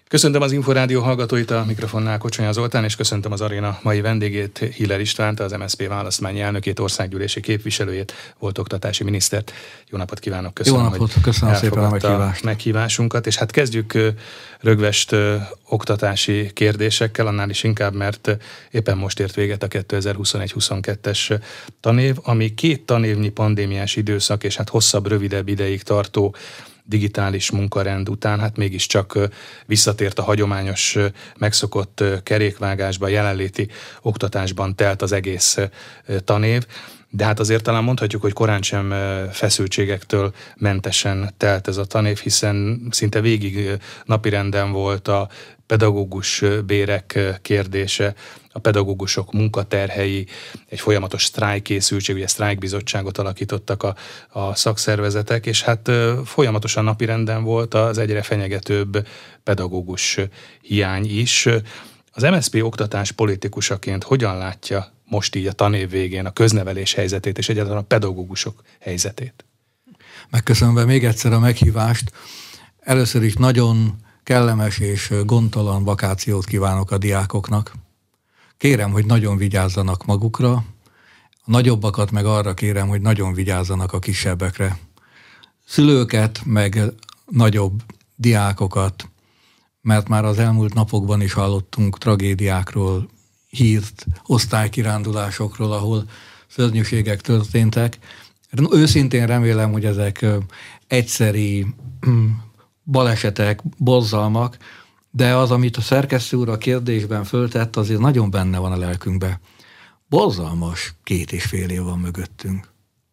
Köszöntöm az Inforádió hallgatóit, a mikrofonnál Kocsonya Zoltán, és köszöntöm az aréna mai vendégét, Hiller Istvánt, az MSZP választmányi elnökét, országgyűlési képviselőjét, volt oktatási minisztert. Jó napot kívánok, köszönöm, jó napot, köszönöm szépen a meghívásunkat. És hát kezdjük rögvest oktatási kérdésekkel, annál is inkább, mert éppen most ért véget a 2021-22-es tanév, ami 2 tanévnyi pandémiás időszak, és hát hosszabb, rövidebb ideig tartó digitális munkarend után, hát mégiscsak visszatért a hagyományos, megszokott kerékvágásba, jelenléti oktatásban telt az egész tanév, de hát azért talán mondhatjuk, hogy korán sem feszültségektől mentesen telt ez a tanév, hiszen szinte végig napirenden volt a pedagógus bérek kérdése, a pedagógusok munkaterhei, egy folyamatos sztrájkkészültség, ugye sztrájkbizottságot alakítottak a szakszervezetek, és hát folyamatosan napirenden volt az egyre fenyegetőbb pedagógus hiány is. Az MSZP oktatás politikusaként hogyan látja most így a tanév végén a köznevelés helyzetét és egyáltalán a pedagógusok helyzetét? Megköszönve még egyszer a meghívást. Először is nagyon kellemes és gondtalan vakációt kívánok a diákoknak. Kérem, hogy nagyon vigyázzanak magukra, a nagyobbakat meg arra kérem, hogy nagyon vigyázzanak a kisebbekre. Szülőket, meg nagyobb diákokat, mert már az elmúlt napokban is hallottunk tragédiákról, hírt, osztálykirándulásokról, ahol szörnyűségek történtek. Őszintén remélem, hogy ezek egyszeri balesetek, borzalmak, de az, amit a szerkesztő úr a kérdésben föltett, azért nagyon benne van a lelkünkbe. Borzalmas 2,5 év van mögöttünk.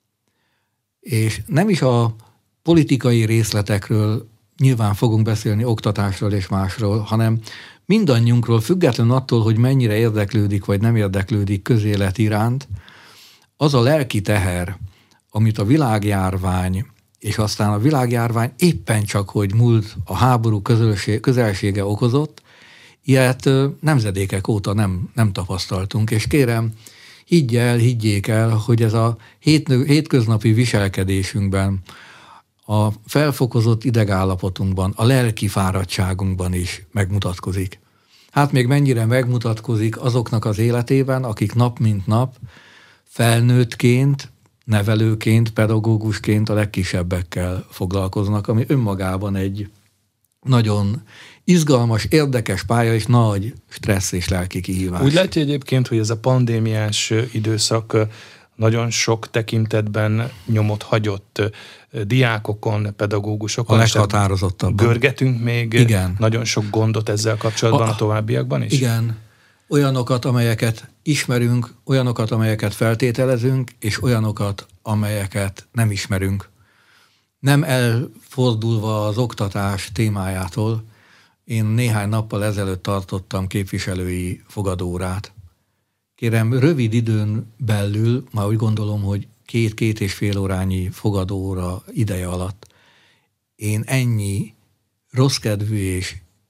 És nem is a politikai részletekről nyilván fogunk beszélni, oktatásról és másról, hanem mindannyiunkról, függetlenül attól, hogy mennyire érdeklődik vagy nem érdeklődik közélet iránt, az a lelki teher, amit a világjárvány, és aztán a világjárvány éppen csak, hogy múlt a háború közelsége okozott, ilyet nemzedékek óta nem tapasztaltunk, és kérem, higgyék el, hogy ez a hétköznapi viselkedésünkben, a felfokozott idegállapotunkban, a lelki fáradtságunkban is megmutatkozik. Hát még mennyire megmutatkozik azoknak az életében, akik nap mint nap felnőttként, nevelőként, pedagógusként a legkisebbekkel foglalkoznak, ami önmagában egy nagyon izgalmas, érdekes pálya és nagy stressz és lelki kihívás. Úgy látja egyébként, hogy ez a pandémiás időszak nagyon sok tekintetben nyomot hagyott diákokon, pedagógusokon. A leghatározottabban. Görgetünk még igen. Nagyon sok gondot ezzel kapcsolatban a továbbiakban is? Igen. Olyanokat, amelyeket ismerünk, olyanokat, amelyeket feltételezünk, és olyanokat, amelyeket nem ismerünk. Nem elfordulva az oktatás témájától, én néhány nappal ezelőtt tartottam képviselői fogadórát. Kérem, rövid időn belül, már úgy gondolom, hogy 2-2,5 órányi fogadóra ideje alatt én ennyi rosszkedvű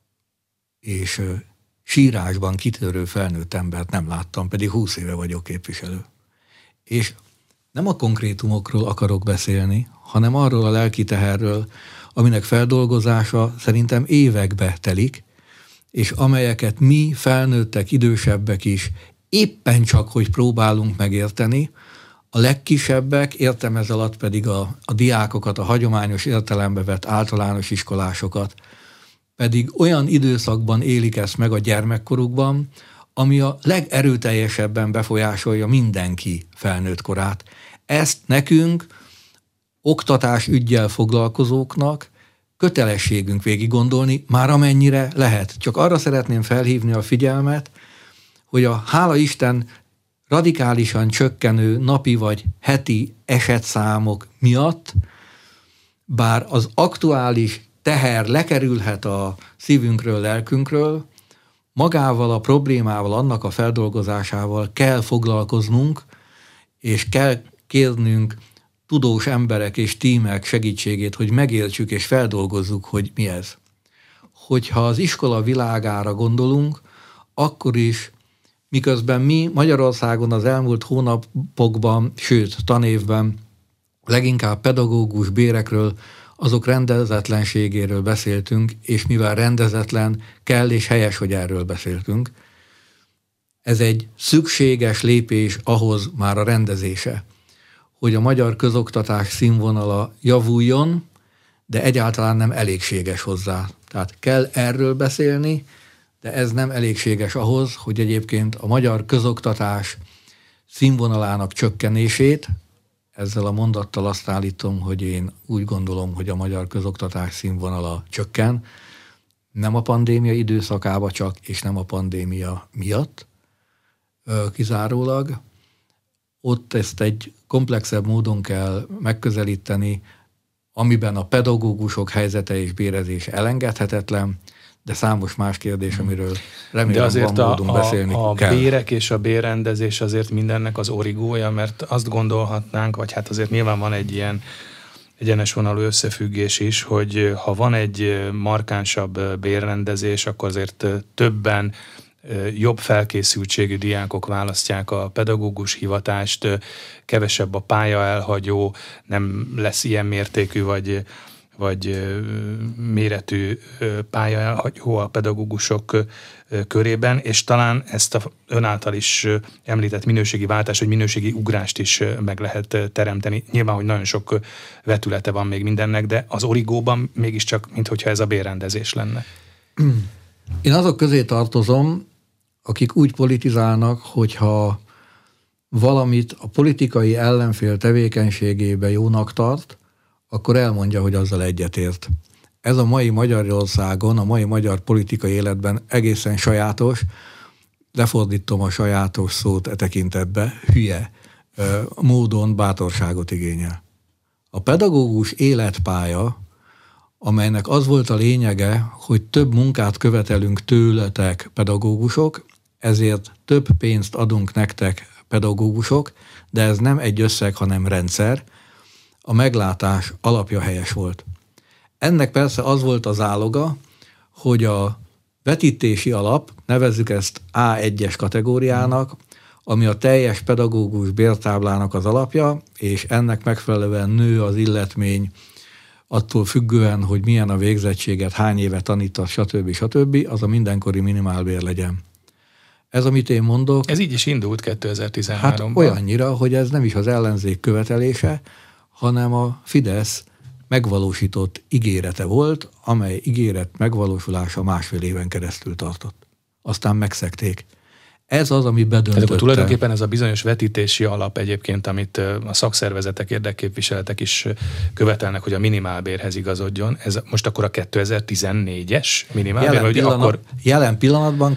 és sírásban kitörő felnőtt embert nem láttam, pedig 20 éve vagyok képviselő. És nem a konkrétumokról akarok beszélni, hanem arról a lelki teherről, aminek feldolgozása szerintem évekbe telik, és amelyeket mi felnőttek, idősebbek is éppen csak, hogy próbálunk megérteni, a legkisebbek, értem ez alatt pedig a diákokat, a hagyományos értelembe vett általános iskolásokat, pedig olyan időszakban élik ezt meg a gyermekkorukban, ami a legerőteljesebben befolyásolja mindenki felnőtt korát. Ezt nekünk, oktatás üggyel foglalkozóknak kötelességünk végig gondolni, már amennyire lehet. Csak arra szeretném felhívni a figyelmet, hogy a hála Isten radikálisan csökkenő napi vagy heti esetszámok miatt, bár az aktuális teher lekerülhet a szívünkről, lelkünkről, magával a problémával, annak a feldolgozásával kell foglalkoznunk, és kell kérnünk tudós emberek és tímek segítségét, hogy megértsük és feldolgozzuk, hogy mi ez. Hogyha az iskola világára gondolunk, akkor is, miközben mi Magyarországon az elmúlt hónapokban, sőt tanévben leginkább pedagógus bérekről, azok rendezetlenségéről beszéltünk, és mivel rendezetlen, kell és helyes, hogy erről beszéltünk. Ez egy szükséges lépés ahhoz már a rendezése, hogy a magyar közoktatás színvonala javuljon, de egyáltalán nem elégséges hozzá. Tehát kell erről beszélni, de ez nem elégséges ahhoz, hogy egyébként a magyar közoktatás színvonalának csökkenését, ezzel a mondattal azt állítom, hogy én úgy gondolom, hogy a magyar közoktatás színvonala csökken, nem a pandémia időszakába csak, és nem a pandémia miatt kizárólag. Ott ezt egy komplexebb módon kell megközelíteni, amiben a pedagógusok helyzete és bérezése elengedhetetlen, de számos más kérdés, amiről remélem de azért van módon beszélni kell. A bérek és a bérrendezés azért mindennek az origója, mert azt gondolhatnánk, vagy hát azért nyilván van egy ilyen egyenes vonalú összefüggés is, hogy ha van egy markánsabb bérrendezés, akkor azért többen jobb felkészültségű diákok választják a pedagógus hivatást, kevesebb a pálya elhagyó, nem lesz ilyen mértékű vagy méretű pálya elhagyó a pedagógusok körében, és talán ezt a ön által is említett minőségi váltást, vagy minőségi ugrást is meg lehet teremteni. Nyilván, hogy nagyon sok vetülete van még mindennek, de az origóban mégiscsak, minthogyha ez a bérrendezés lenne. Én azok közé tartozom, akik úgy politizálnak, hogyha valamit a politikai ellenfél tevékenységébe jónak tart, akkor elmondja, hogy azzal egyetért. Ez a mai Magyarországon, a mai magyar politikai életben egészen sajátos, lefordítom a sajátos szót e tekintetbe, hülye módon bátorságot igényel. A pedagógus életpálya, amelynek az volt a lényege, hogy több munkát követelünk tőletek pedagógusok, ezért több pénzt adunk nektek pedagógusok, de ez nem egy összeg, hanem rendszer. A meglátás alapja helyes volt. Ennek persze az volt az záloga, hogy a vetítési alap, nevezzük ezt A1-es kategóriának, ami a teljes pedagógus bértáblának az alapja, és ennek megfelelően nő az illetmény attól függően, hogy milyen a végzettséget, hány éve tanítasz, stb., az a mindenkori minimálbér legyen. Ez, amit én mondok... Ez így is indult 2013-ban. Hát olyannyira, hogy ez nem is az ellenzék követelése, hanem a Fidesz megvalósított ígérete volt, amely ígéret megvalósulása 1,5 éven keresztül tartott. Aztán megszegték. Ez az, ami bedöntötte. Tehát tulajdonképpen ez a bizonyos vetítési alap egyébként, amit a szakszervezetek, érdekképviseletek is követelnek, hogy a minimálbérhez igazodjon. Ez most akkor a 2014-es minimálbér? Jelen pillanatban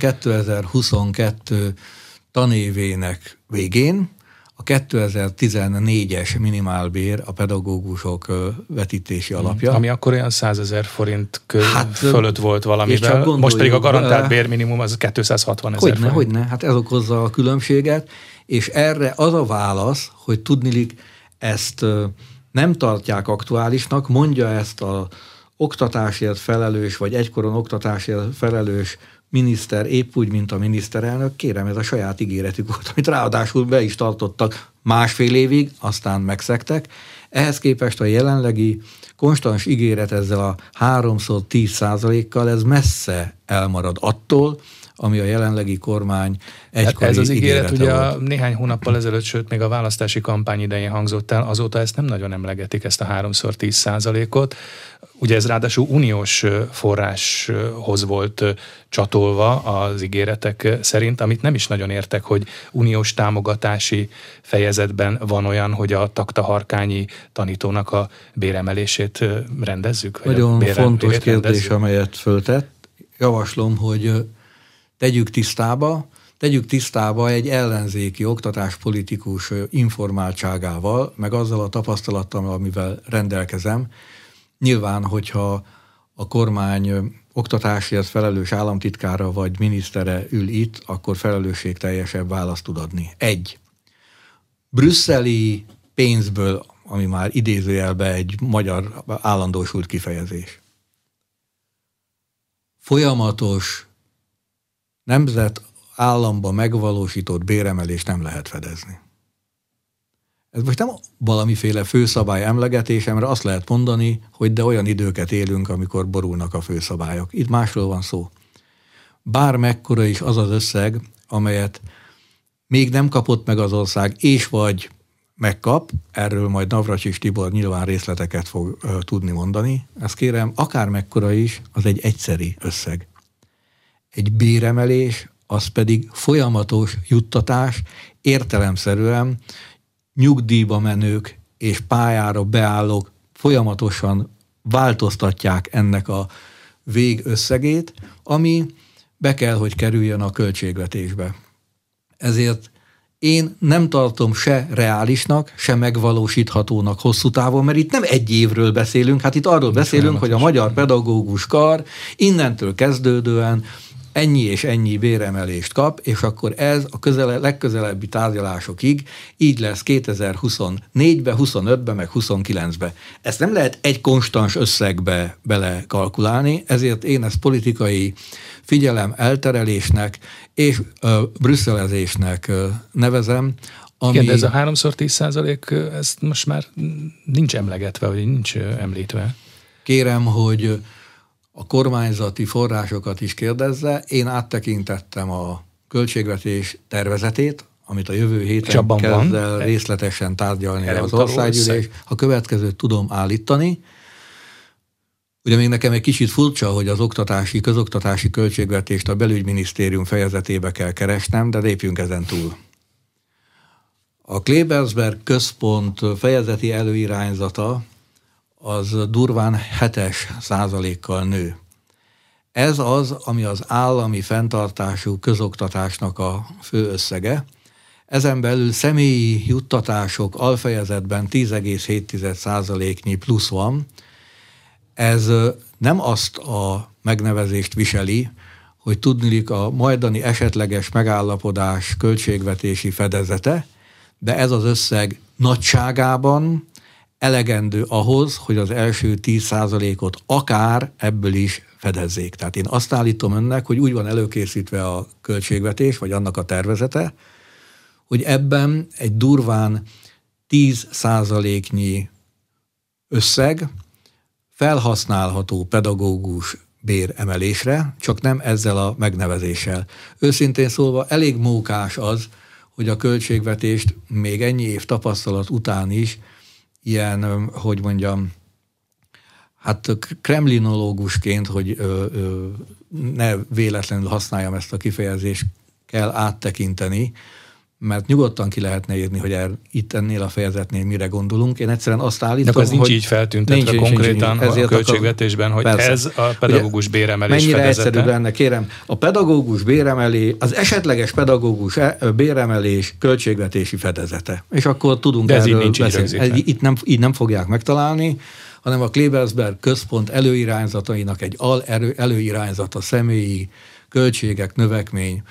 2022 tanévének végén a 2014-es minimálbér a pedagógusok vetítési alapja. Ami akkor olyan 100 000 forint fölött volt valamivel, most pedig a garantált bérminimum az 260 000 forint. Hogyne, hát ez okozza a különbséget, és erre az a válasz, hogy tudniillik ezt nem tartják aktuálisnak, mondja ezt az oktatásért felelős, vagy egykoron oktatásért felelős miniszter, épp úgy, mint a miniszterelnök, kérem, ez a saját ígéretük volt, amit ráadásul be is tartottak 1,5 évig, aztán megszegtek. Ehhez képest a jelenlegi konstans ígéret ezzel a 3x10%-kal, ez messze elmarad attól, ami a jelenlegi kormány egykori ez az ígéret ugye volt. Néhány hónappal ezelőtt, sőt még a választási kampány idején hangzott el, azóta ezt nem nagyon emlegetik, ezt a 3x10%-ot. Ugye ez ráadásul uniós forráshoz volt csatolva az ígéretek szerint, amit nem is nagyon értek, hogy uniós támogatási fejezetben van olyan, hogy a taktaharkányi tanítónak a béremelését rendezzük? Nagyon fontos kérdés, amelyet föltett. Javaslom, hogy tegyük tisztába egy ellenzéki oktatáspolitikus informáltságával, meg azzal a tapasztalattal, amivel rendelkezem. Nyilván, hogyha a kormány oktatásért felelős államtitkára vagy minisztere ül itt, akkor felelősségteljesebb választ tud adni. 1. Brüsszeli pénzből, ami már idézőjelben egy magyar állandósult kifejezés. Folyamatos nemzetállamba megvalósított béremelést nem lehet fedezni. Ez most nem valamiféle főszabály emlegetésemre azt lehet mondani, hogy de olyan időket élünk, amikor borulnak a főszabályok. Itt másról van szó. Bármekkora is az az összeg, amelyet még nem kapott meg az ország, és vagy megkap, erről majd Navracsics Tibor nyilván részleteket fog tudni mondani, ezt kérem, akármekkora is, az egy egyszeri összeg. Egy béremelés, az pedig folyamatos juttatás, értelemszerűen nyugdíjba menők és pályára beállók folyamatosan változtatják ennek a végösszegét, ami be kell, hogy kerüljön a költségvetésbe. Ezért én nem tartom se reálisnak, se megvalósíthatónak hosszú távon, mert itt nem egy évről beszélünk, hát itt arról beszélünk, hogy a Magyar Pedagógus Kar innentől kezdődően ennyi és ennyi béremelést kap, és akkor ez a legközelebbi tárgyalásokig így lesz 2024-be, 25-be, meg 29-be. Ezt nem lehet egy konstans összegbe belekalkulálni, ezért én ezt politikai figyelem elterelésnek és brüsszelezésnek nevezem. Ami... Igen, de ez a 3x10%, ez most már nincs emlegetve, vagy nincs említve. Kérem, hogy a kormányzati forrásokat is kérdezze. Én áttekintettem a költségvetés tervezetét, amit a jövő héten kezd el részletesen tárgyalni az országgyűlés. A következőt tudom állítani. Ugye még nekem egy kicsit furcsa, hogy az közoktatási költségvetést a belügyminisztérium fejezetébe kell keresnem, de lépjünk ezen túl. A Klebersberg központ fejezeti előirányzata az durván 7% nő. Ez az, ami az állami fenntartású közoktatásnak a fő összege. Ezen belül személyi juttatások alfejezetben 10,7%-nyi plusz van. Ez nem azt a megnevezést viseli, hogy tudniillik a majdani esetleges megállapodás költségvetési fedezete, de ez az összeg nagyságában elegendő ahhoz, hogy az első 10%-ot akár ebből is fedezzék. Tehát én azt állítom önnek, hogy úgy van előkészítve a költségvetés, vagy annak a tervezete, hogy ebben egy durván 10%-nyi összeg felhasználható pedagógus béremelésre, csak nem ezzel a megnevezéssel. Őszintén szólva elég mókás az, hogy a költségvetést még ennyi év tapasztalat után is ilyen, hogy mondjam, hát kremlinológusként, hogy ne véletlenül használjam ezt a kifejezést, kell áttekinteni, mert nyugodtan ki lehetne írni, hogy itt ennél a fejezetnél mire gondolunk. Én egyszerűen azt állítom, hogy... ez nincs így feltüntetve konkrétan a költségvetésben, hogy persze, ez a pedagógus béremelés mennyire fedezete. Egyszerű lenne, kérem, a pedagógus béremelés, az esetleges pedagógus béremelés költségvetési fedezete. És akkor tudunk erről beszélni. Így nem fogják megtalálni, hanem a Klebersberg központ előirányzatainak egy előirányzata személyi költségek növekmény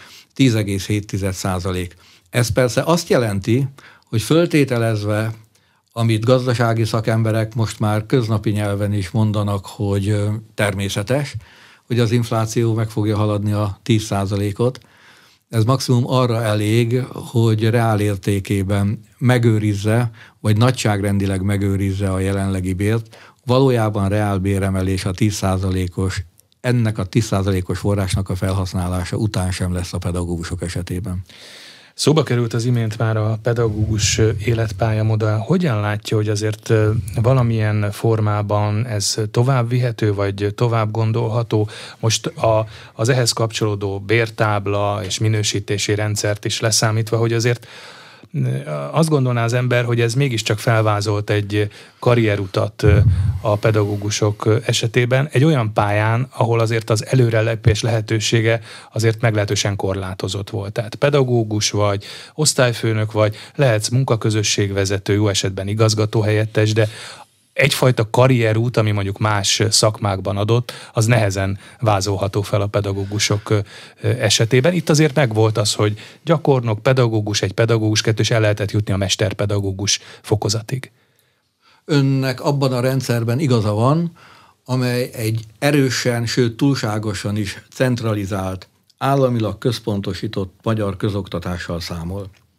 10,7%. Ez persze azt jelenti, hogy föltételezve, amit gazdasági szakemberek most már köznapi nyelven is mondanak, hogy természetes, hogy az infláció meg fogja haladni a 10%-ot, ez maximum arra elég, hogy reálértékében megőrizze, vagy nagyságrendileg megőrizze a jelenlegi bért. Valójában reálbéremelés a 10%-os, ennek a 10%-os forrásnak a felhasználása után sem lesz a pedagógusok esetében. Szóba került az imént már a pedagógus életpályamodell. Hogyan látja, hogy azért valamilyen formában ez tovább vihető, vagy tovább gondolható? Most az ehhez kapcsolódó bértábla és minősítési rendszert is leszámítva, hogy azért azt gondolná az ember, hogy ez mégiscsak felvázolt egy karrierutat a pedagógusok esetében, egy olyan pályán, ahol azért az előrelépés lehetősége azért meglehetősen korlátozott volt. Tehát pedagógus vagy, osztályfőnök vagy, lehetsz munkaközösségvezető, jó esetben igazgatóhelyettes, de egyfajta karrierút, ami mondjuk más szakmákban adott, az nehezen vázolható fel a pedagógusok esetében. Itt azért megvolt az, hogy gyakornok, pedagógus, egy pedagógus kettős el lehetett jutni a mesterpedagógus fokozatig. Önnek abban a rendszerben igaza van, amely egy erősen, sőt túlságosan is centralizált, államilag központosított magyar közoktatással számol.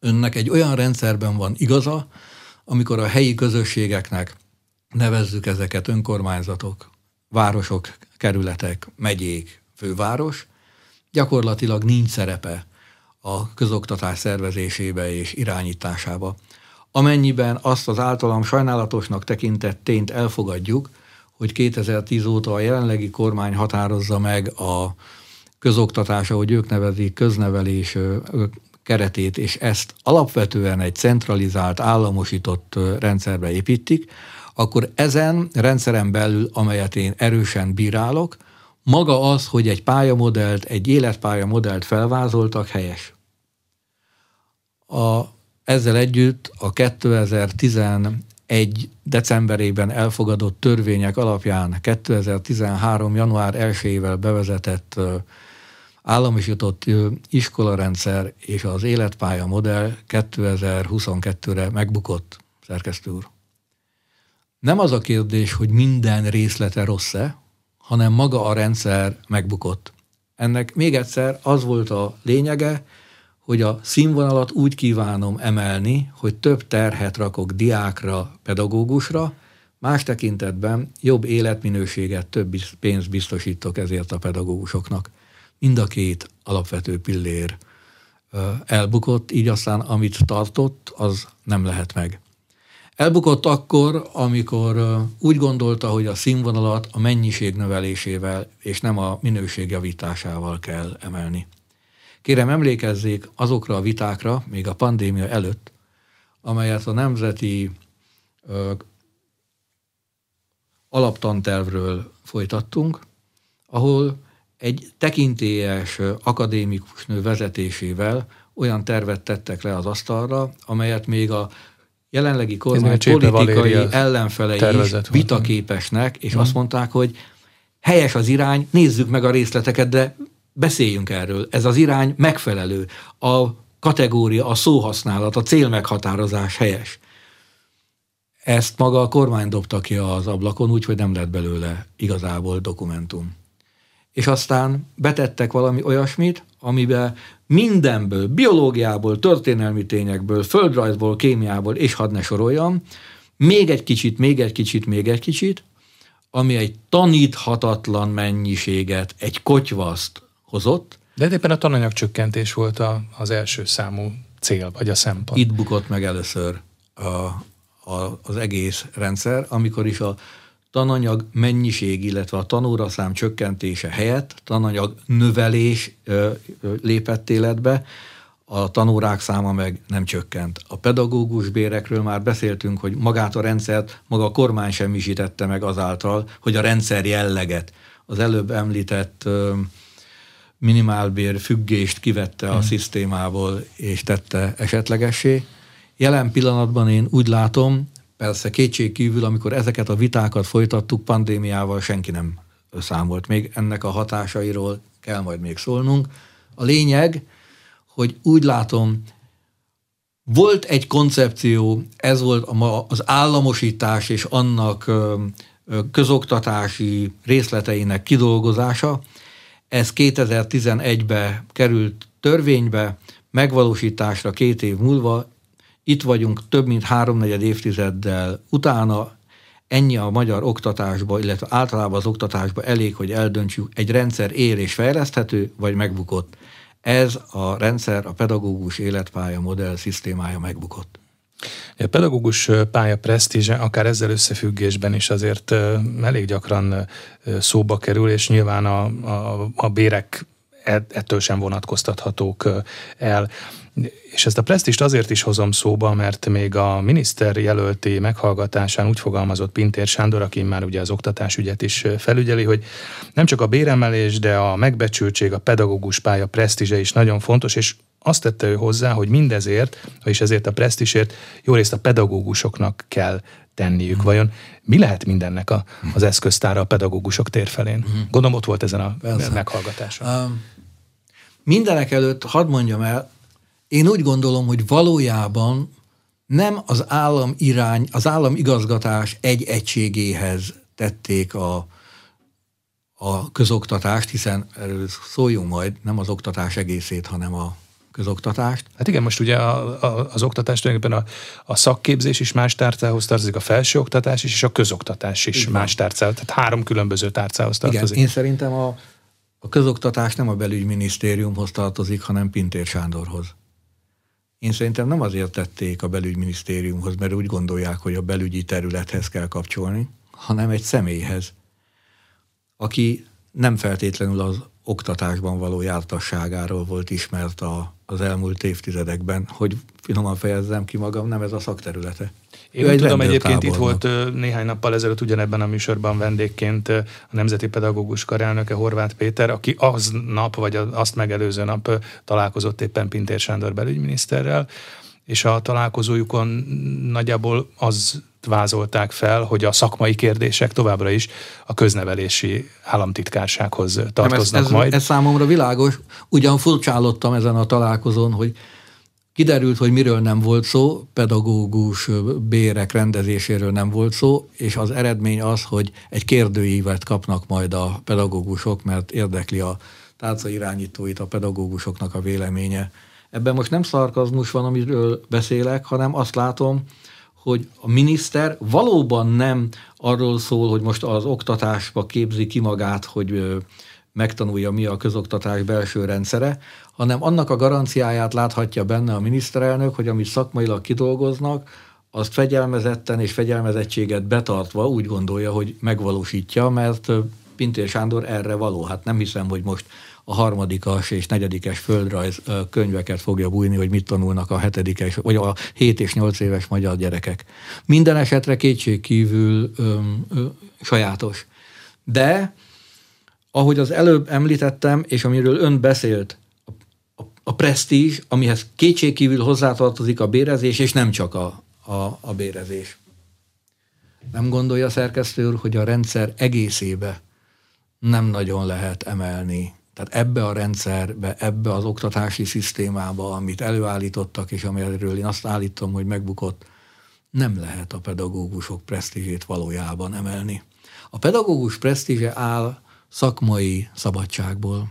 Önnek egy olyan rendszerben van igaza, amikor a helyi közösségeknek, nevezzük ezeket önkormányzatok, városok, kerületek, megyék, főváros, gyakorlatilag nincs szerepe a közoktatás szervezésébe és irányításába. Amennyiben azt az általam sajnálatosnak tekintett tényt elfogadjuk, hogy 2010 óta a jelenlegi kormány határozza meg a közoktatás, ahogy ők nevezik, köznevelés keretét, és ezt alapvetően egy centralizált, államosított rendszerbe építik, akkor ezen rendszeren belül, amelyet én erősen bírálok, maga az, hogy egy pályamodellt, egy életpályamodellt felvázoltak, helyes. Ezzel együtt a 2011 decemberében elfogadott törvények alapján 2013. január 1-ével bevezetett államosított iskolarendszer és az életpálya modell 2022-re megbukott, szerkesztő úr. Nem az a kérdés, hogy minden részlete rossz-e, hanem maga a rendszer megbukott. Ennek még egyszer az volt a lényege, hogy a színvonalat úgy kívánom emelni, hogy több terhet rakok diákra, pedagógusra, más tekintetben jobb életminőséget, több pénzt biztosítok ezért a pedagógusoknak. Mind a két alapvető pillér elbukott, így aztán amit tartott, az nem lehet meg. Elbukott akkor, amikor úgy gondolta, hogy a színvonalat a mennyiség növelésével és nem a minőség javításával kell emelni. Kérem, emlékezzék azokra a vitákra, még a pandémia előtt, amelyet a nemzeti alaptantervről folytattunk, ahol egy tekintélyes akadémikus nő vezetésével olyan tervet tettek le az asztalra, amelyet még a jelenlegi kormány politikai ellenfelei is vitaképesnek, és azt mondták, hogy helyes az irány, nézzük meg a részleteket, de beszéljünk erről. Ez az irány megfelelő. A kategória, a szóhasználat, a célmeghatározás helyes. Ezt maga a kormány dobta ki az ablakon, úgyhogy nem lett belőle igazából dokumentum. És aztán betettek valami olyasmit, amiben mindenből, biológiából, történelmi tényekből, földrajzból, kémiából, és hadd ne soroljam, még egy kicsit, ami egy taníthatatlan mennyiséget, egy kotyvaszt hozott. De éppen a tananyagcsökkentés volt az első számú cél, vagy a szempont. Itt bukott meg először az egész rendszer, amikor is a tananyag mennyiség, illetve a tanóraszám csökkentése helyett tananyag növelés lépett életbe, a tanórák száma meg nem csökkent. A pedagógus bérekről már beszéltünk, hogy magát a rendszert maga a kormány semmisítette meg azáltal, hogy a rendszer jelleget, az előbb említett minimálbér függést kivette a szisztémából és tette esetlegessé. Jelen pillanatban én úgy látom, persze kétségkívül, amikor ezeket a vitákat folytattuk, pandémiával senki nem számolt. Még ennek a hatásairól kell majd még szólnunk. A lényeg, hogy úgy látom, volt egy koncepció, ez volt az államosítás és annak közoktatási részleteinek kidolgozása. Ez 2011-ben került törvénybe, megvalósításra 2 év múlva. Itt vagyunk több mint 3/4 évtizeddel utána, ennyi a magyar oktatásba, illetve általában az oktatásba elég, hogy eldöntsük, egy rendszer él és fejleszthető, vagy megbukott. Ez a rendszer, a pedagógus életpálya modell szisztémája megbukott. A pedagógus pálya presztízse akár ezzel összefüggésben is azért elég gyakran szóba kerül, és nyilván a bérek ettől sem vonatkoztathatók el. És ezt a presztízst azért is hozom szóba, mert még a miniszter jelölti meghallgatásán úgy fogalmazott Pintér Sándor, aki már ugye az oktatásügyet is felügyeli, hogy nem csak a béremelés, de a megbecsültség, a pedagógus pálya presztízse is nagyon fontos, és azt tette ő hozzá, hogy mindezért, és ezért a presztízsért jó részt a pedagógusoknak kell tenniük. Vajon mi lehet mindennek az eszköztára a pedagógusok térfelén? Gondolom ott volt ezen a meghallgatáson. Mindenek előtt hadd mondjam el, én úgy gondolom, hogy valójában nem az állam igazgatás egy egységéhez tették a közoktatást, hiszen erről szóljunk majd, nem az oktatás egészét, hanem a közoktatást. Hát igen, most ugye az oktatás tulajdonképpen a szakképzés is más tárcához tartozik, a felsőoktatás is, és a közoktatás is más tárcához. Tehát 3 különböző tárcához tartozik. Igen, én szerintem a közoktatás nem a belügyminisztériumhoz tartozik, hanem Pintér Sándorhoz. Én szerintem nem azért tették a belügyminisztériumhoz, mert úgy gondolják, hogy a belügyi területhez kell kapcsolni, hanem egy személyhez, aki nem feltétlenül az oktatásban való jártasságáról volt ismert az elmúlt évtizedekben, hogy finoman fejezzem ki magam, nem ez a szakterülete. Én úgy tudom, egyébként itt volt néhány nappal ezelőtt ugyanebben a műsorban vendégként a Nemzeti Pedagógus Kar elnöke, Horváth Péter, aki aznap, vagy azt megelőző nap találkozott éppen Pintér Sándor belügyminiszterrel, és a találkozójukon nagyjából az vázolták fel, hogy a szakmai kérdések továbbra is a köznevelési államtitkársághoz tartoznak majd. Ez számomra világos. Ugyan furcsálottam ezen a találkozón, hogy kiderült, hogy miről nem volt szó, pedagógus bérek rendezéséről nem volt szó, és az eredmény az, hogy egy kérdőívet kapnak majd a pedagógusok, mert érdekli a tárca irányítóit, a pedagógusoknak a véleménye. Ebben most nem szarkazmus van, amiről beszélek, hanem azt látom, hogy a miniszter valóban nem arról szól, hogy most az oktatásba képzi ki magát, hogy megtanulja, mi a közoktatás belső rendszere, hanem annak a garanciáját láthatja benne a miniszterelnök, hogy amit szakmailag kidolgoznak, azt fegyelmezetten és fegyelmezettséget betartva úgy gondolja, hogy megvalósítja, mert Pintér Sándor erre való. Hát nem hiszem, hogy most a 3. és 4. földrajz könyveket fogja bújni, hogy mit tanulnak a 7. vagy a 7 és 8 éves magyar gyerekek. Minden esetre kétségkívül sajátos. De, ahogy az előbb említettem, és amiről ön beszélt, a presztízs, amihez kétségkívül hozzátartozik a bérezés, és nem csak a bérezés. Nem gondolja a szerkesztő úr, hogy a rendszer egészébe nem nagyon lehet emelni. Tehát ebbe a rendszerbe, ebbe az oktatási szisztémába, amit előállítottak, és amiről én azt állítom, hogy megbukott, nem lehet a pedagógusok presztízsét valójában emelni. A pedagógus presztízse áll szakmai szabadságból,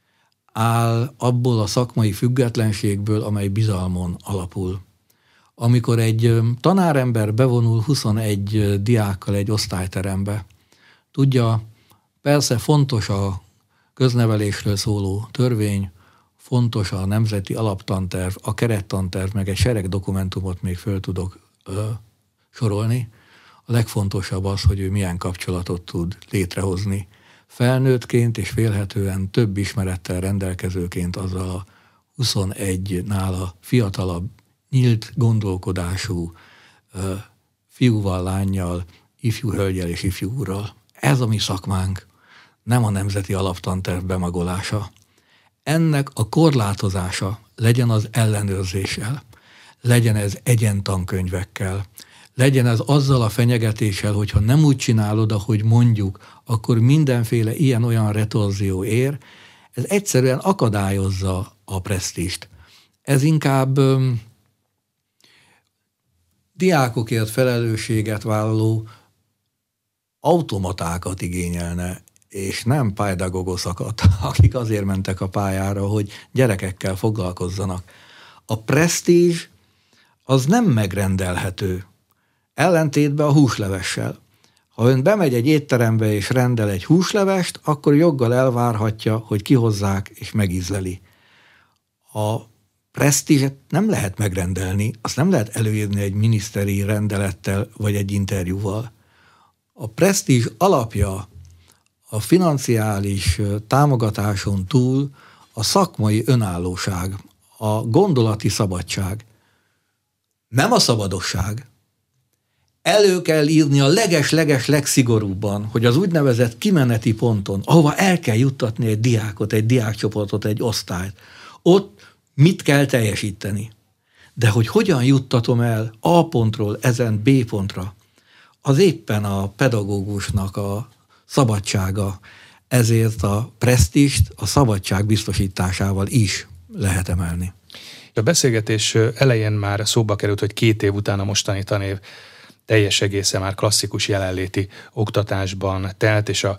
áll abból a szakmai függetlenségből, amely bizalmon alapul. Amikor egy tanárember bevonul 21 diákkal egy osztályterembe, tudja, persze fontos a köznevelésről szóló törvény, fontos a nemzeti alaptanterv, a kerettanterv, meg egy sereg dokumentumot még föl tudok sorolni. A legfontosabb az, hogy ő milyen kapcsolatot tud létrehozni. Felnőttként és vélhetően több ismerettel rendelkezőként azzal a 21 nála fiatalabb, nyílt gondolkodású fiúval, lánnyal, ifjú hölgyel és ifjú úrral. Ez a mi szakmánk, nem a nemzeti alaptanterv bemagolása. Ennek a korlátozása legyen az ellenőrzéssel, legyen ez egyentankönyvekkel, legyen ez azzal a fenyegetéssel, hogyha nem úgy csinálod, ahogy mondjuk, akkor mindenféle ilyen-olyan retorzió ér, ez egyszerűen akadályozza a presztízst. Ez inkább diákokért felelősséget vállaló automatákat igényelne, és nem pedagógusokat, akik azért mentek a pályára, hogy gyerekekkel foglalkozzanak. A presztízs az nem megrendelhető, ellentétben a húslevessel. Ha ön bemegy egy étterembe és rendel egy húslevest, akkor joggal elvárhatja, hogy kihozzák és megízleli. A presztízset nem lehet megrendelni, azt nem lehet előírni egy miniszteri rendelettel vagy egy interjúval. A presztízs alapja a financiális támogatáson túl a szakmai önállóság, a gondolati szabadság. Nem a szabadosság. Elő kell írni a leges-leges legszigorúbban, hogy az úgynevezett kimeneti ponton, ahova el kell juttatni egy diákot, egy diákcsoportot, egy osztályt, ott mit kell teljesíteni. De hogy hogyan juttatom el A pontról ezen B pontra, az éppen a pedagógusnak a szabadsága, ezért a presztízst a szabadság biztosításával is lehet emelni. A beszélgetés elején már szóba került, hogy 2 év után a mostani tanév teljes egészen már klasszikus jelenléti oktatásban telt, és a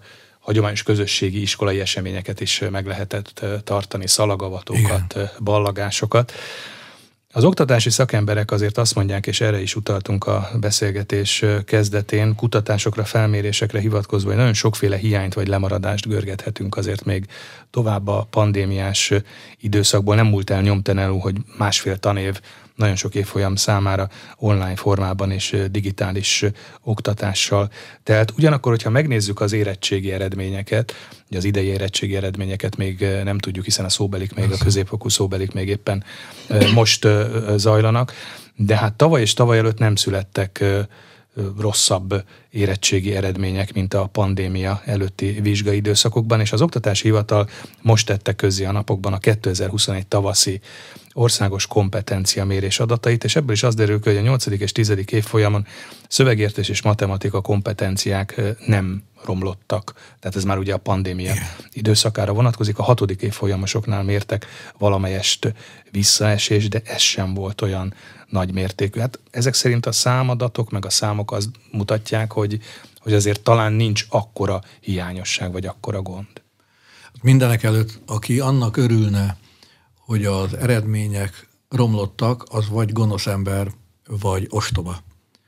hagyományos közösségi iskolai eseményeket is meg lehetett tartani, szalagavatókat, ballagásokat. Az oktatási szakemberek azért azt mondják, és erre is utaltunk a beszélgetés kezdetén, kutatásokra, felmérésekre hivatkozva, hogy nagyon sokféle hiányt vagy lemaradást görgethetünk azért még tovább a pandémiás időszakból. Nem múlt el nyomtelenül, hogy másfél tanév nagyon sok évfolyam számára online formában és digitális oktatással telt. Ugyanakkor, hogyha megnézzük az érettségi eredményeket, ugye az idei érettségi eredményeket még nem tudjuk, hiszen a szóbelik még, a középfokú szóbelik még éppen most zajlanak, de hát tavaly és tavaly előtt nem születtek rosszabb érettségi eredmények, mint a pandémia előtti vizsgai időszakokban, és az Oktatási Hivatal most tette közzé a napokban a 2021 tavaszi országos kompetenciamérés adatait, és ebből is az derül ki, hogy a 8. és 10. évfolyamon szövegértés és matematika kompetenciák nem romlottak. Tehát ez már ugye a pandémia időszakára vonatkozik. A 6. évfolyamosoknál mértek valamelyest visszaesés, de ez sem volt olyan nagy mértékű. Hát ezek szerint a számadatok, meg a számok azt mutatják, hogy azért talán nincs akkora hiányosság, vagy akkora gond. Mindenek előtt, aki annak örülne, hogy az eredmények romlottak, az vagy gonosz ember, vagy ostoba.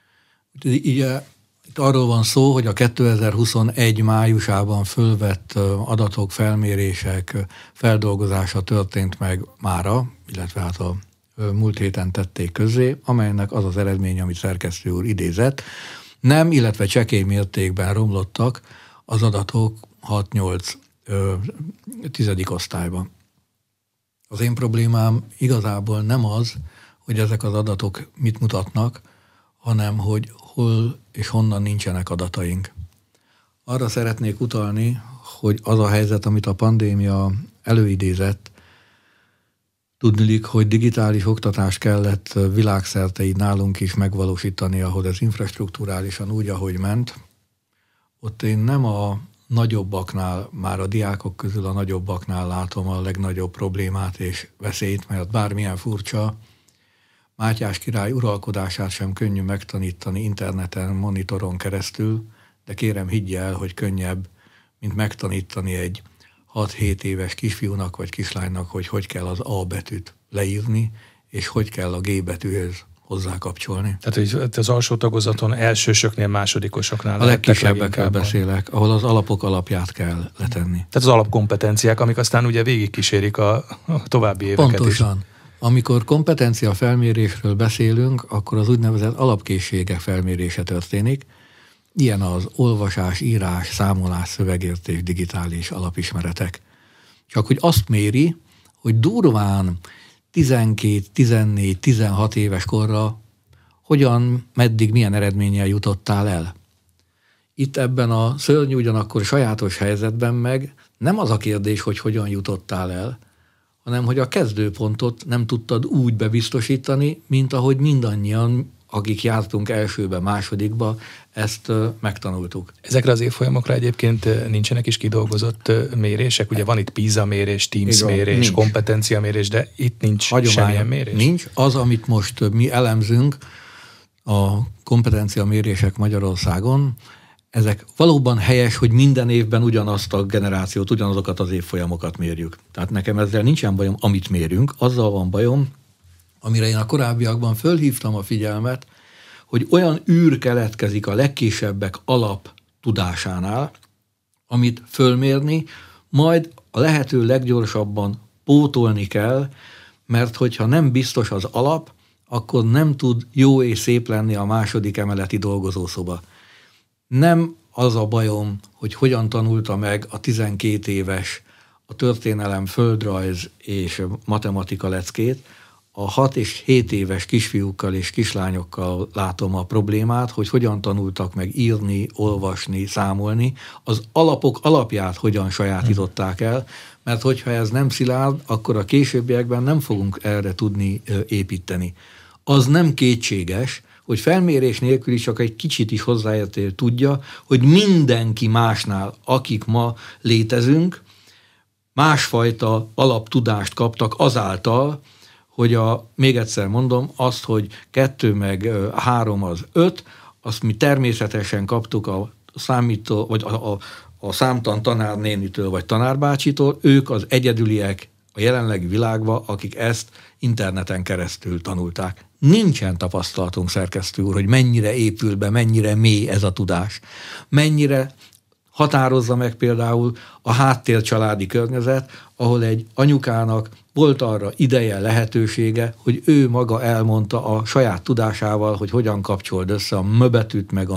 Ugye itt arról van szó, hogy a 2021 májusában fölvett adatok, felmérések feldolgozása történt meg mára, illetve hát a múlt héten tették közzé, amelynek az az eredmény, amit szerkesztő úr idézett. Nem, illetve csekély mértékben romlottak az adatok 6-8 10. osztályban. Az én problémám igazából nem az, hogy ezek az adatok mit mutatnak, hanem hogy hol és honnan nincsenek adataink. Arra szeretnék utalni, hogy az a helyzet, amit a pandémia előidézett, tudniillik, hogy digitális oktatást kellett világszerte így nálunk is megvalósítani, ahhoz ez infrastrukturálisan úgy, ahogy ment. Ott én nem a nagyobbaknál, már a diákok közül a nagyobbaknál látom a legnagyobb problémát és veszélyt, mert bármilyen furcsa, Mátyás király uralkodását sem könnyű megtanítani interneten, monitoron keresztül, de kérem higgye el, hogy könnyebb, mint megtanítani egy 6-7 éves kisfiúnak vagy kislánynak, hogy kell az A betűt leírni, és hogy kell a G betűhöz hozzákapcsolni. Tehát, hogy az alsó tagozaton elsősöknél, másodikosoknál a legkisebbekről beszélek, ahol az alapok alapját kell letenni. Tehát az alapkompetenciák, amik aztán ugye végigkísérik a további éveket. Pontosan. Is. Amikor kompetencia felmérésről beszélünk, akkor az úgynevezett alapkészségek felmérése történik. Ilyen az olvasás, írás, számolás, szövegértés, digitális alapismeretek. Csak hogy azt méri, hogy durván 12, 14, 16 éves korra hogyan, meddig, milyen eredménnyel jutottál el. Itt ebben a szörnyű, ugyanakkor sajátos helyzetben meg nem az a kérdés, hogy hogyan jutottál el, hanem hogy a kezdőpontot nem tudtad úgy bebiztosítani, mint ahogy mindannyian, akik jártunk elsőbe, másodikba, ezt megtanultuk. Ezekre az évfolyamokra egyébként nincsenek is kidolgozott mérések? Ugye van itt PISA mérés, TIMSS mérés, kompetenciamérés, de itt nincs semmilyen mérés? Nincs. Az, amit most mi elemzünk, a kompetenciamérések Magyarországon, ezek valóban helyes, hogy minden évben ugyanazt a generációt, ugyanazokat az évfolyamokat mérjük. Tehát nekem ezzel nincsen bajom, amit mérünk, azzal van bajom, amire én a korábbiakban fölhívtam a figyelmet, hogy olyan űr keletkezik a legkisebbek alap tudásánál, amit fölmérni, majd a lehető leggyorsabban pótolni kell, mert hogyha nem biztos az alap, akkor nem tud jó és szép lenni a második emeleti dolgozószoba. Nem az a bajom, hogy hogyan tanulta meg a 12 éves a történelem, földrajz és matematika leckét, a 6 és 7 éves kisfiúkkal és kislányokkal látom a problémát, hogy hogyan tanultak meg írni, olvasni, számolni, az alapok alapját hogyan sajátították el, mert hogyha ez nem szilárd, akkor a későbbiekben nem fogunk erre tudni építeni. Az nem kétséges, hogy felmérés nélkül is csak egy kicsit is hozzáértő tudja, hogy mindenki másnál, akik ma létezünk, másfajta alaptudást kaptak azáltal, hogy még egyszer mondom, azt, hogy 2 meg 3 az 5, azt mi természetesen kaptuk a számító, vagy a számtalan tanárnénitől vagy tanárbácsitól, ők az egyedüliek a jelenlegi világban, akik ezt interneten keresztül tanulták. Nincsen tapasztalatunk, szerkesztő úr, hogy mennyire épül be, mennyire mély ez a tudás. Mennyire határozza meg például a háttércsaládi környezet, ahol egy anyukának volt arra ideje, lehetősége, hogy ő maga elmondta a saját tudásával, hogy hogyan kapcsold össze a M betűt meg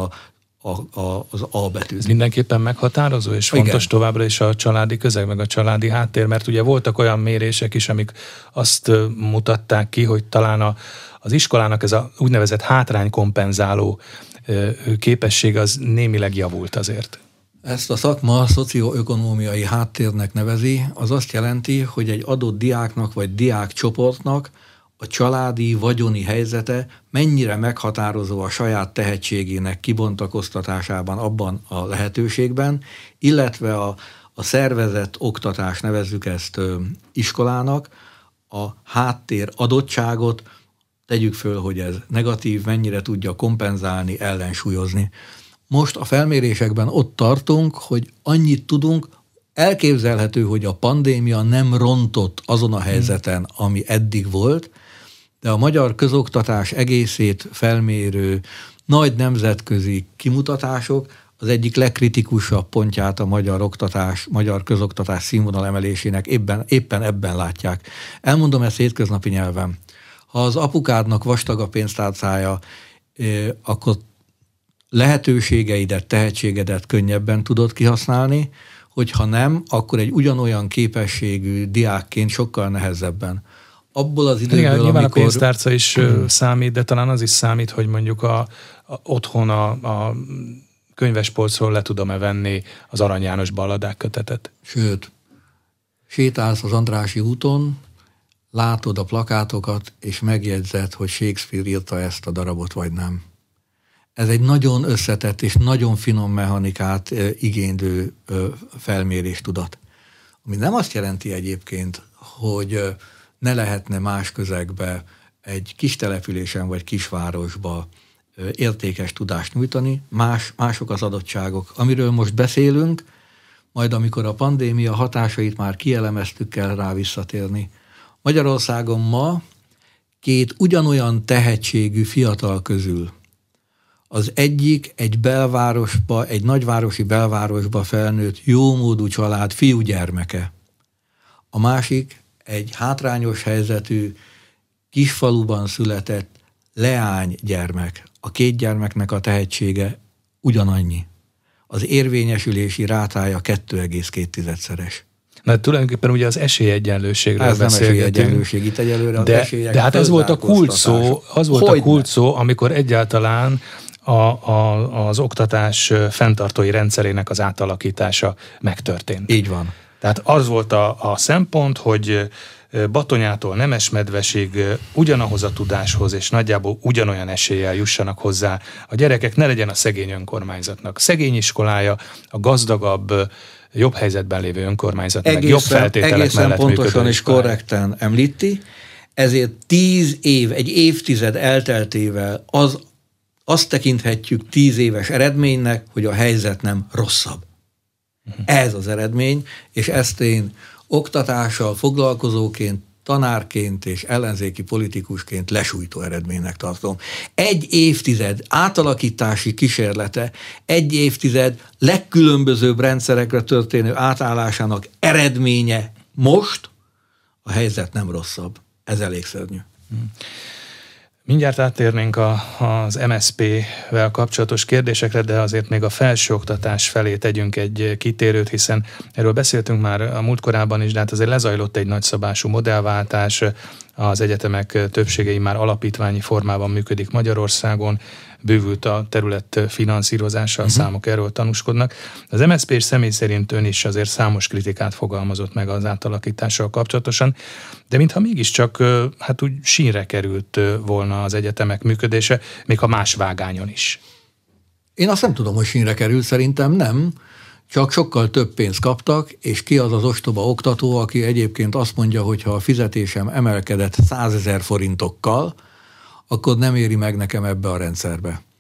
az A betűt. Ez mindenképpen meghatározó, és fontos továbbra is a családi közeg, meg a családi háttér, mert ugye voltak olyan mérések is, amik azt mutatták ki, hogy talán az iskolának ez a úgynevezett hátránykompenzáló képesség az némileg javult azért. Ezt a szakma szocioökonómiai háttérnek nevezi, az azt jelenti, hogy egy adott diáknak vagy diákcsoportnak a családi, vagyoni helyzete mennyire meghatározó a saját tehetségének kibontakoztatásában, abban a lehetőségben, illetve a szervezett oktatás, nevezzük ezt iskolának, a háttér adottságot, tegyük föl, hogy ez negatív, mennyire tudja kompenzálni, ellensúlyozni. Most a felmérésekben ott tartunk, hogy annyit tudunk, elképzelhető, hogy a pandémia nem rontott azon a helyzeten, ami eddig volt, de a magyar közoktatás egészét felmérő nagy nemzetközi kimutatások az egyik legkritikusabb pontját a magyar közoktatás színvonal emelésének éppen ebben látják. Elmondom ezt hétköznapi nyelven. Ha az apukádnak vastag a pénztárcája, akkor lehetőségeidet, tehetségedet könnyebben tudod kihasználni, hogyha nem, akkor egy ugyanolyan képességű diákként sokkal nehezebben. Abból az időből, igen, nyilván amikor... a pénztárca is számít, de talán az is számít, hogy mondjuk otthon a könyvespolcról le tudom-e venni az Arany János Balladák kötetet. Sőt, sétálsz az Andrássy úton, látod a plakátokat, és megjegyzed, hogy Shakespeare írta ezt a darabot, vagy nem. Ez egy nagyon összetett és nagyon finom mechanikát igénylő felméréstudat. Ami nem azt jelenti egyébként, hogy ne lehetne más közegbe, egy kis településen vagy kisvárosba értékes tudást nyújtani, mások az adottságok. Amiről most beszélünk, majd amikor a pandémia hatásait már kielemeztük, kell rá visszatérni. Magyarországon ma két ugyanolyan tehetségű fiatal közül az egyik egy belvárosba, egy nagyvárosi belvárosba felnőtt jómódú család fiúgyermeke. A másik egy hátrányos helyzetű, kisfaluban született leánygyermek. A két gyermeknek a tehetsége ugyanannyi. Az érvényesülési rátája 2,2-szeres. Mert tulajdonképpen ugye az esélyegyenlőségről beszélgetünk. Ez nem esélyegyenlőség, itt egyelőre az esélyek. De hát ez volt a kulcs szó, amikor egyáltalán az oktatás fenntartói rendszerének az átalakítása megtörtént. Így van. Tehát az volt a szempont, hogy Batonyától Nemesmedvesig ugyanahoz a tudáshoz és nagyjából ugyanolyan eséllyel jussanak hozzá a gyerekek, ne legyen a szegény önkormányzatnak szegény iskolája, a gazdagabb, jobb helyzetben lévő önkormányzatnak jobb feltételek egészen mellett pontosan és korrekten említi, ezért 10 év, egy évtized elteltével azt tekinthetjük 10 éves eredménynek, hogy a helyzet nem rosszabb. Ez az eredmény, és ezt én oktatással foglalkozóként, tanárként és ellenzéki politikusként lesújtó eredménynek tartom. Egy évtized átalakítási kísérlete, egy évtized legkülönbözőbb rendszerekre történő átállásának eredménye most, a helyzet nem rosszabb. Ez elég szörnyű. Mindjárt áttérnénk az MSZP-vel kapcsolatos kérdésekre, de azért még a felsőoktatás felé tegyünk egy kitérőt, hiszen erről beszéltünk már a múltkorában is, de hát azért lezajlott egy nagyszabású modellváltás, az egyetemek többsége már alapítványi formában működik Magyarországon, bővült a terület finanszírozása, a számok erről tanúskodnak. Az MSZP és személy szerint ön is azért számos kritikát fogalmazott meg az átalakítással kapcsolatosan, de mintha mégiscsak hát úgy sínre került volna az egyetemek működése, még ha más vágányon is. Én azt nem tudom, hogy sínre került, szerintem nem, csak sokkal több pénzt kaptak, és ki az az ostoba oktató, aki egyébként azt mondja, hogy ha a fizetésem emelkedett 100 000 forintokkal, akkor nem éri meg nekem ebbe a rendszerbe.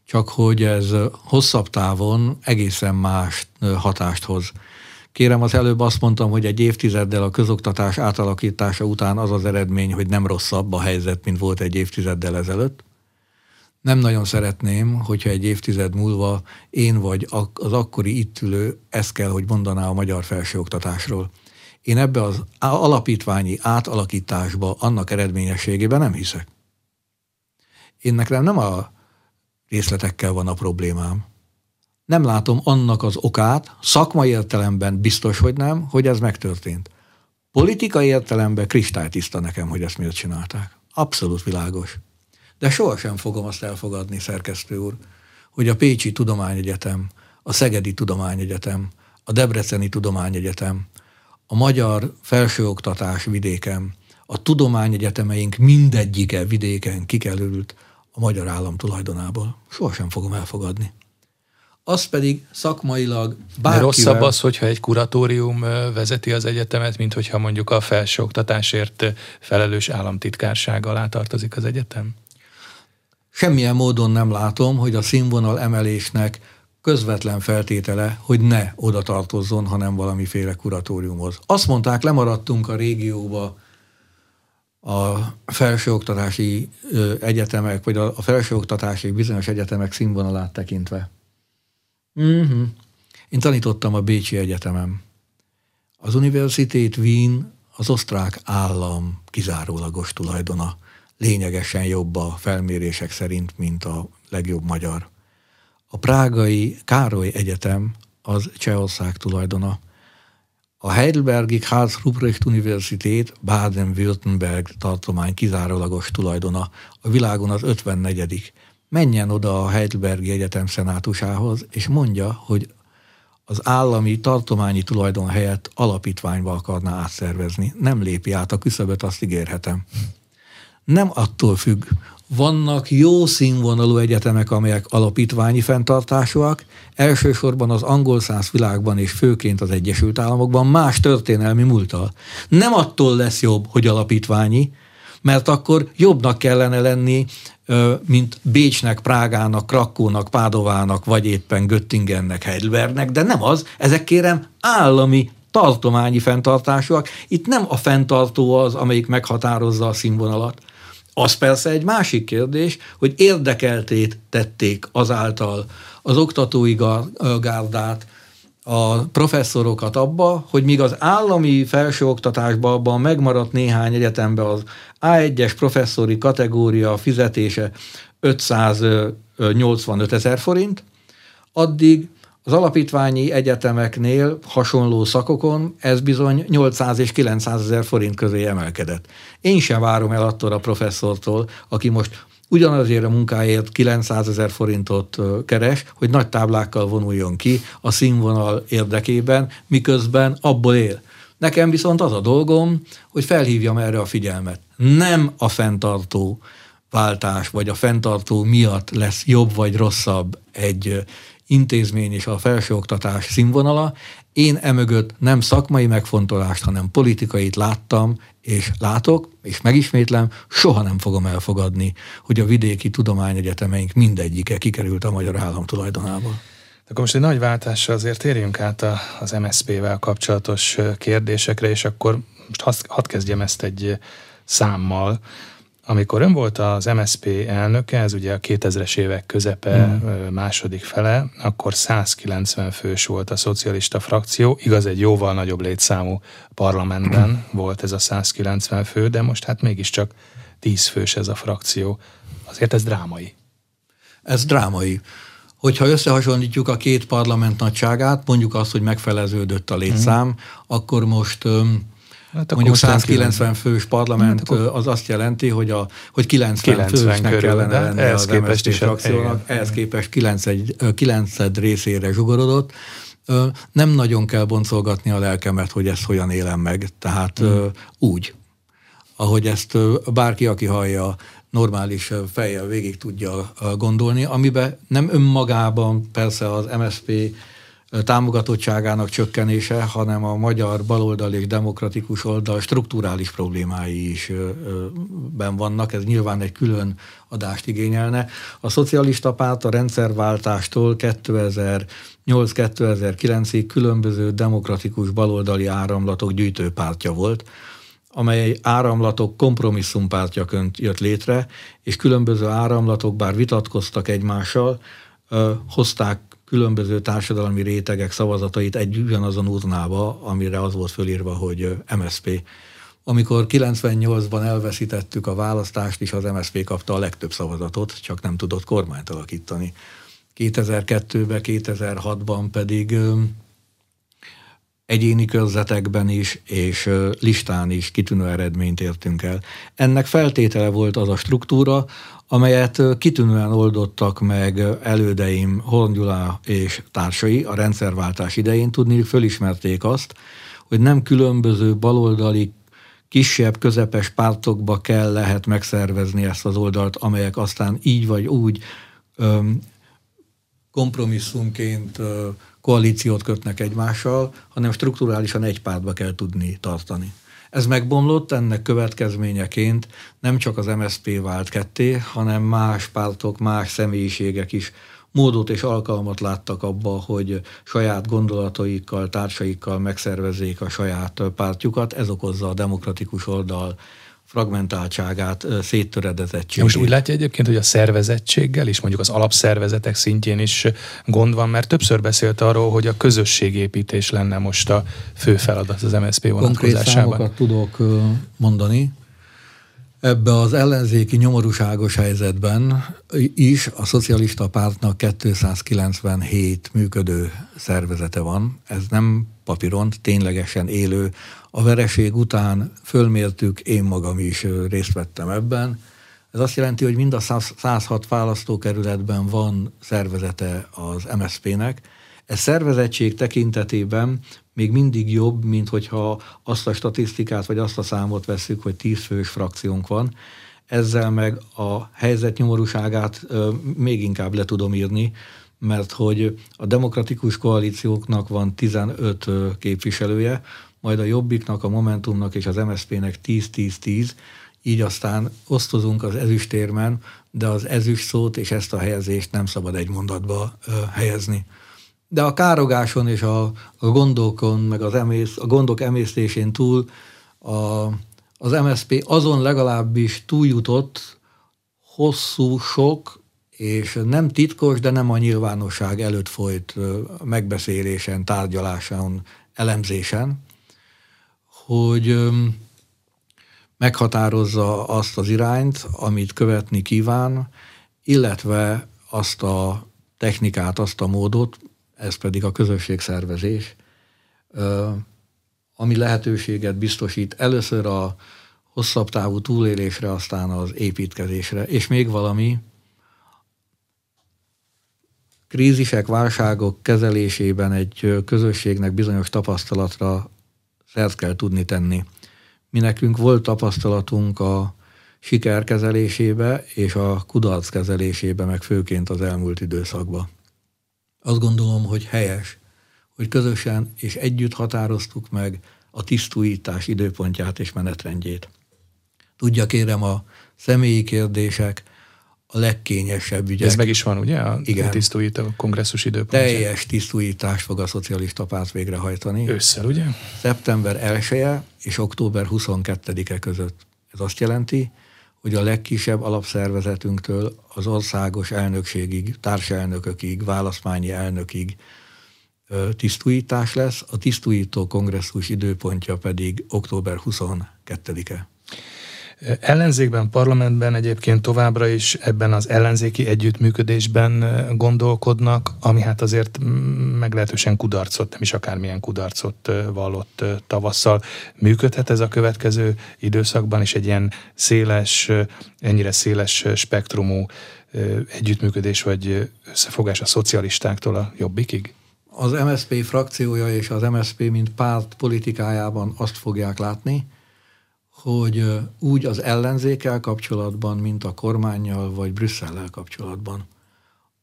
csak hogy ez hosszabb távon egészen más hatást hoz. Kérem, az előbb azt mondtam, hogy egy évtizeddel a közoktatás átalakítása után az az eredmény, hogy nem rosszabb a helyzet, mint volt egy évtizeddel ezelőtt. Nem nagyon szeretném, hogyha egy évtized múlva én vagy az akkori itt ülő ezt kell, hogy mondaná a magyar felsőoktatásról. Én ebbe az alapítványi átalakításba, annak eredményességében nem hiszek. Én nekem nem a részletekkel van a problémám. Nem látom annak az okát, szakmai értelemben biztos, hogy nem, hogy ez megtörtént. Politikai értelemben kristálytiszta nekem, hogy ezt miért csinálták. Abszolút világos. De sohasem fogom azt elfogadni, szerkesztő úr, hogy a Pécsi Tudományegyetem, a Szegedi Tudományegyetem, a Debreceni Tudományegyetem, a magyar felsőoktatás vidéken, a tudományegyetemeink mindegyike vidéken kikerült a magyar állam tulajdonából. Sohasem fogom elfogadni. Az pedig szakmailag bárkivel... De rosszabb az, hogyha egy kuratórium vezeti az egyetemet, mint hogyha mondjuk a felsőoktatásért felelős államtitkárság alá tartozik az egyetem? Semmilyen módon nem látom, hogy a színvonal emelésnek közvetlen feltétele, hogy ne oda tartozzon, hanem valamiféle kuratóriumhoz. Azt mondták, lemaradtunk a régióba a felsőoktatási egyetemek, vagy a felsőoktatási bizonyos egyetemek színvonalát tekintve. Én tanítottam a Bécsi Egyetemen. Az Universität Wien az osztrák állam kizárólagos tulajdona. Lényegesen jobb a felmérések szerint, mint a legjobb magyar. A prágai Károly Egyetem az Csehország tulajdona. A heidelbergi Karl Ruprecht Universität Baden-Württemberg tartomány kizárólagos tulajdona. A világon az 54. Menjen oda a Heidelbergi Egyetem szenátusához, és mondja, hogy az állami tartományi tulajdon helyett alapítványba akarná átszervezni. Nem lépi át a küszöböt, azt ígérhetem. Nem attól függ. Vannak jó színvonalú egyetemek, amelyek alapítványi fenntartásúak, elsősorban az angol száz világban és főként az Egyesült Államokban más történelmi múlttal. Nem attól lesz jobb, hogy alapítványi, mert akkor jobbnak kellene lenni, mint Bécsnek, Prágának, Krakónak, Pádovának, vagy éppen Göttingennek, Heidelbergnek, de nem az, ezek kérem állami tartományi fenntartásúak. Itt nem a fenntartó az, amelyik meghatározza a színvonalat. Az persze egy másik kérdés, hogy érdekeltét tették azáltal az oktatói gárdát, a professzorokat abba, hogy míg az állami felsőoktatásban abban megmaradt néhány egyetemben az A1-es professzori kategória fizetése 585 000 forint, addig az alapítványi egyetemeknél hasonló szakokon ez bizony 800 és 900 000 forint közé emelkedett. Én sem várom el attól a professzortól, aki most ugyanazért a munkáért 900 000 forintot keres, hogy nagy táblákkal vonuljon ki a színvonal érdekében, miközben abból él. Nekem viszont az a dolgom, hogy felhívjam erre a figyelmet. Nem a fenntartó váltás, vagy a fenntartó miatt lesz jobb vagy rosszabb egy intézmény és a felsőoktatás színvonala. Én emögött nem szakmai megfontolást, hanem politikait láttam, és látok, és megismétlem, soha nem fogom elfogadni, hogy a vidéki tudományegyetemeink mindegyike kikerült a magyar állam tulajdonából. Akkor most egy nagy váltással azért térjünk át az MSZP-vel kapcsolatos kérdésekre, és akkor most hadd kezdjem ezt egy számmal. Amikor ön volt az MSZP elnöke, ez ugye a 2000-es évek közepe, második fele, akkor 190 fős volt a szocialista frakció, igaz, egy jóval nagyobb létszámú parlamentben volt ez a 190 fő, de most hát mégiscsak 10 fős ez a frakció. Azért ez drámai. Ez drámai. Hogyha összehasonlítjuk a két parlament nagyságát, mondjuk azt, hogy megfeleződött a létszám, akkor most... Hát mondjuk 190 fős parlament az azt jelenti, hogy 90 fősnek kellene lenni az MSZP frakciónak, ehhez képest 9 részére zsugorodott. Nem nagyon kell boncolgatni a lelkemet, hogy ezt hogyan élem meg. Tehát úgy, ahogy ezt bárki, aki hallja, normális fejjel végig tudja gondolni, amiben nem önmagában persze az MSZP támogatottságának csökkenése, hanem a magyar baloldal és demokratikus oldal strukturális problémái is benn vannak. Ez nyilván egy külön adást igényelne. A szocialista párt a rendszerváltástól 2008-2009-ig különböző demokratikus baloldali áramlatok gyűjtőpártja volt, amely áramlatok kompromisszumpártjaként jött létre, és különböző áramlatok, bár vitatkoztak egymással, hozták különböző társadalmi rétegek szavazatait egy ugyanazon urnába, amire az volt fölírva, hogy MSZP. Amikor 98-ban elveszítettük a választást, is az MSZP kapta a legtöbb szavazatot, csak nem tudott kormányt alakítani. 2002-ben, 2006-ban pedig egyéni körzetekben is, és listán is kitűnő eredményt értünk el. Ennek feltétele volt az a struktúra, amelyet kitűnően oldottak meg elődeim Horn Gyula és társai a rendszerváltás idején. Tudni, fölismerték azt, hogy nem különböző baloldali kisebb, közepes pártokba lehet megszervezni ezt az oldalt, amelyek aztán így vagy úgy kompromisszumként koalíciót kötnek egymással, hanem strukturálisan egy pártba kell tudni tartani. Ez megbomlott, ennek következményeként nem csak az MSZP vált ketté, hanem más pártok, más személyiségek is módot és alkalmat láttak abba, hogy saját gondolataikkal, társaikkal megszervezzék a saját pártjukat. Ez okozza a demokratikus oldal fragmentáltságát, széttöredezettségét. Most úgy látja egyébként, hogy a szervezettséggel is, mondjuk az alapszervezetek szintjén is gond van, mert többször beszélt arról, hogy a közösségépítés lenne most a fő feladat az MSZP vonatkozásában. Konkrét számokat tudok mondani. Ebbe az ellenzéki nyomorúságos helyzetben is a szocialista pártnak 297 működő szervezete van. Ez nem papíron, ténylegesen élő. A vereség után fölmértük, én magam is részt vettem ebben. Ez azt jelenti, hogy mind a 106 választókerületben van szervezete az MSZP-nek. Ez szervezettség tekintetében még mindig jobb, mint hogyha azt a statisztikát vagy azt a számot vesszük, hogy 10 fős frakciónk van. Ezzel meg a helyzet nyomorúságát még inkább le tudom írni, mert hogy a demokratikus koalícióknak van 15 képviselője, majd a Jobbiknak, a Momentumnak és az MSZP-nek 10-10-10, így aztán osztozunk az ezüstérmen, de az ezüst szót és ezt a helyezést nem szabad egy mondatba helyezni. De a károgáson és a gondokon, meg a gondok emésztésén túl az MSZP azon legalábbis túljutott hosszú, sok és nem titkos, de nem a nyilvánosság előtt folyt megbeszélésen, tárgyaláson, elemzésen, hogy meghatározza azt az irányt, amit követni kíván, illetve azt a technikát, azt a módot, ez pedig a közösségszervezés, ami lehetőséget biztosít először a hosszabb távú túlélésre, aztán az építkezésre. És még valami, krízisek, válságok kezelésében egy közösségnek bizonyos tapasztalatra szert kell tudni tenni. Mi nekünk volt tapasztalatunk a siker kezelésébe és a kudarc kezelésébe, meg főként az elmúlt időszakban. Azt gondolom, hogy helyes, hogy közösen és együtt határoztuk meg a tisztújítás időpontját és menetrendjét. Tudja, kérem, a személyi kérdések a legkényesebb ügyek. Ez meg is van, ugye? Igen. A tisztújító kongresszus időpontja. Teljes tisztújítást fog a szocialista párt végrehajtani. Ősszel, ugye? Szeptember 1-e és október 22-e között. Ez azt jelenti, hogy a legkisebb alapszervezetünktől az országos elnökségig, társelnökökig, választmányi elnökig tisztújítás lesz, a tisztújító kongresszus időpontja pedig október 22-e. Ellenzékben, parlamentben egyébként továbbra is ebben az ellenzéki együttműködésben gondolkodnak, ami hát azért meglehetősen kudarcot, nem is akármilyen kudarcot vallott tavasszal. Működhet ez a következő időszakban is egy ilyen széles, ennyire széles spektrumú együttműködés vagy összefogás a szocialistáktól a Jobbikig? Az MSZP frakciója és az MSZP mint párt politikájában azt fogják látni, hogy úgy az ellenzékkel kapcsolatban, mint a kormánnyal vagy Brüsszellel kapcsolatban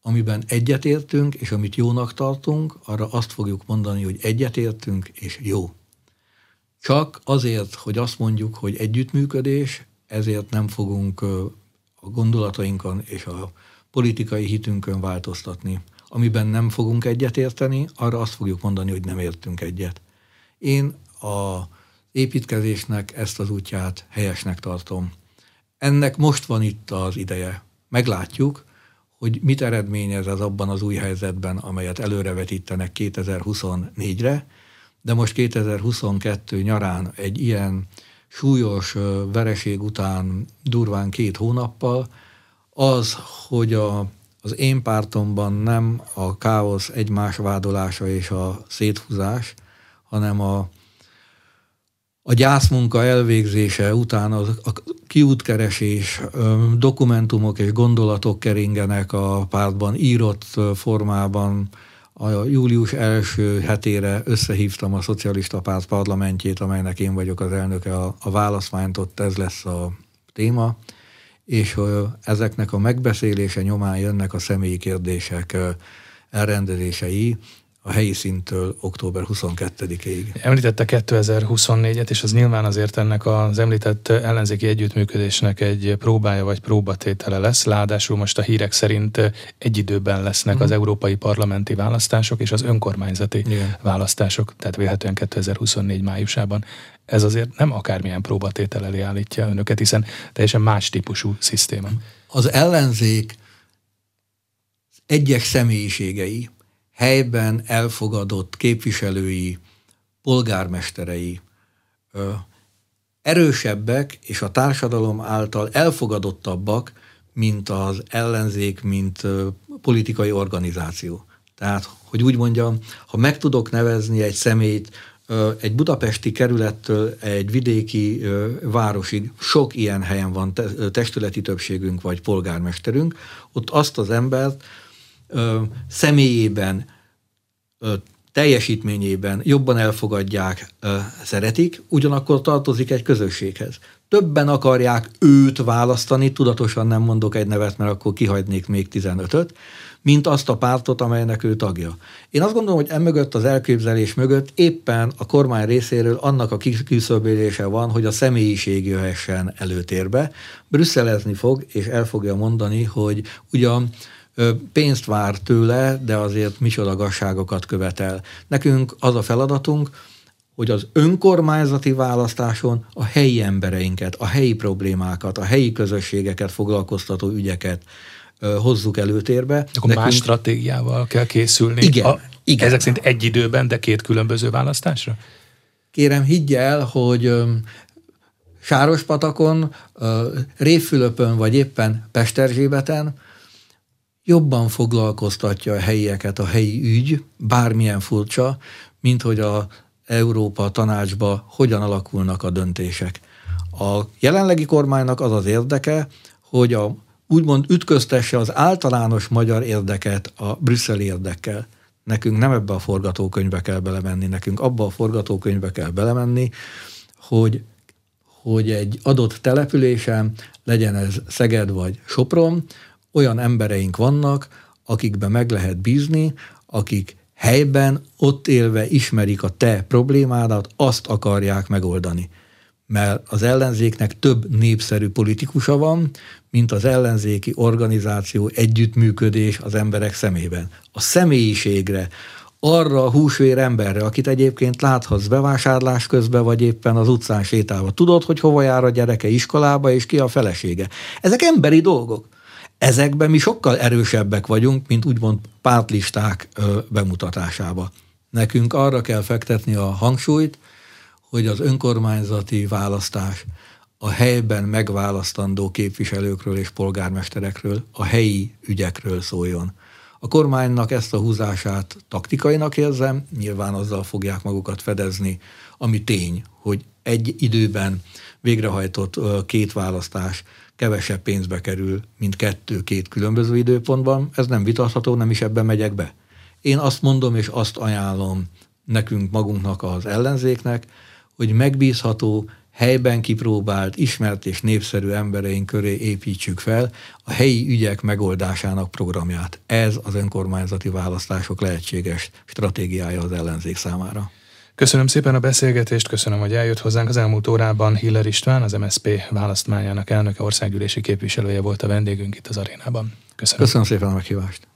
amiben egyetértünk, és amit jónak tartunk, arra azt fogjuk mondani, hogy egyetértünk, és jó. Csak azért, hogy azt mondjuk, hogy együttműködés, ezért nem fogunk a gondolatainkon és a politikai hitünkön változtatni. Amiben nem fogunk egyetérteni, arra azt fogjuk mondani, hogy nem értünk egyet. Én az építkezésnek ezt az útját helyesnek tartom. Ennek most van itt az ideje. Meglátjuk, hogy mit eredményez ez abban az új helyzetben, amelyet előrevetítenek 2024-re, de most 2022 nyarán egy ilyen súlyos vereség után durván 2 hónappal, az, hogy az én pártomban nem a káosz egymás vádolása és a széthúzás, hanem a gyászmunka elvégzése után a kiútkeresés, dokumentumok és gondolatok keringenek a pártban, írott formában. A július első hetére összehívtam a Szocialista Párt parlamentjét, amelynek én vagyok az elnöke, a választmányt, ott ez lesz a téma, és ezeknek a megbeszélése nyomán jönnek a személyi kérdések elrendezései a helyi szinttől október 22-ig. Említette 2024-et, és az nyilván azért ennek az említett ellenzéki együttműködésnek egy próbája vagy próbatétele lesz. Ráadásul most a hírek szerint egy időben lesznek az európai parlamenti választások és az önkormányzati választások, tehát vélhetően 2024 májusában. Ez azért nem akármilyen próbatétel elé állítja önöket, hiszen teljesen más típusú szisztéma. Az ellenzék egyes személyiségei, helyben elfogadott képviselői, polgármesterei erősebbek és a társadalom által elfogadottabbak, mint az ellenzék, mint politikai organizáció. Tehát, hogy úgy mondjam, ha meg tudok nevezni egy személyt egy budapesti kerülettől egy vidéki városig, sok ilyen helyen van testületi többségünk vagy polgármesterünk, ott azt az embert személyében, teljesítményében jobban elfogadják, szeretik, ugyanakkor tartozik egy közösséghez. Többen akarják őt választani, tudatosan nem mondok egy nevet, mert akkor kihagynék még 15-öt, mint azt a pártot, amelynek ő tagja. Én azt gondolom, hogy emögött az elképzelés mögött éppen a kormány részéről annak a kiküszöbölése van, hogy a személyiség jöhessen előtérbe. Brüsszelezni fog, és el fogja mondani, hogy ugyan pénzt vár tőle, de azért micsoda gazságokat követel. Nekünk az a feladatunk, hogy az önkormányzati választáson a helyi embereinket, a helyi problémákat, a helyi közösségeket foglalkoztató ügyeket hozzuk előtérbe. Akkor más stratégiával kell készülni? Igen. Ezek szerint egy időben, de 2 különböző választásra? Kérem, higgy el, hogy Sárospatakon, Révfülöpön vagy éppen Pesterzsébeten jobban foglalkoztatja a helyieket a helyi ügy, bármilyen furcsa, mint hogy a Európa Tanácsba hogyan alakulnak a döntések. A jelenlegi kormánynak az az érdeke, hogy úgymond ütköztesse az általános magyar érdeket a brüsszeli érdekkel. Nekünk nem ebbe a forgatókönyvbe kell belemenni, nekünk abba a forgatókönyvbe kell belemenni, hogy egy adott településen, legyen ez Szeged vagy Sopron, olyan embereink vannak, akikben meg lehet bízni, akik helyben, ott élve ismerik a te problémádat, azt akarják megoldani. Mert az ellenzéknek több népszerű politikusa van, mint az ellenzéki organizáció, együttműködés az emberek szemében. A személyiségre, arra a húsvér emberre, akit egyébként láthatsz bevásárlás közben, vagy éppen az utcán sétálva. Tudod, hogy hova jár a gyereke iskolába, és ki a felesége. Ezek emberi dolgok. Ezekben mi sokkal erősebbek vagyunk, mint úgymond pártlisták bemutatásába. Nekünk arra kell fektetni a hangsúlyt, hogy az önkormányzati választás a helyben megválasztandó képviselőkről és polgármesterekről, a helyi ügyekről szóljon. A kormánynak ezt a húzását taktikainak érzem, nyilván azzal fogják magukat fedezni, ami tény, hogy egy időben végrehajtott 2 választás kevesebb pénzbe kerül, mint 2 különböző időpontban. Ez nem vitatható, nem is ebben megyek be. Én azt mondom és azt ajánlom nekünk magunknak, az ellenzéknek, hogy megbízható, helyben kipróbált, ismert és népszerű embereink köré építsük fel a helyi ügyek megoldásának programját. Ez az önkormányzati választások lehetséges stratégiája az ellenzék számára. Köszönöm szépen a beszélgetést, köszönöm, hogy eljött hozzánk. Az elmúlt órában Hiller István, az MSZP választmányának elnöke, országgyűlési képviselője volt a vendégünk itt az arénában. Köszönöm. Köszönöm szépen a meghívást.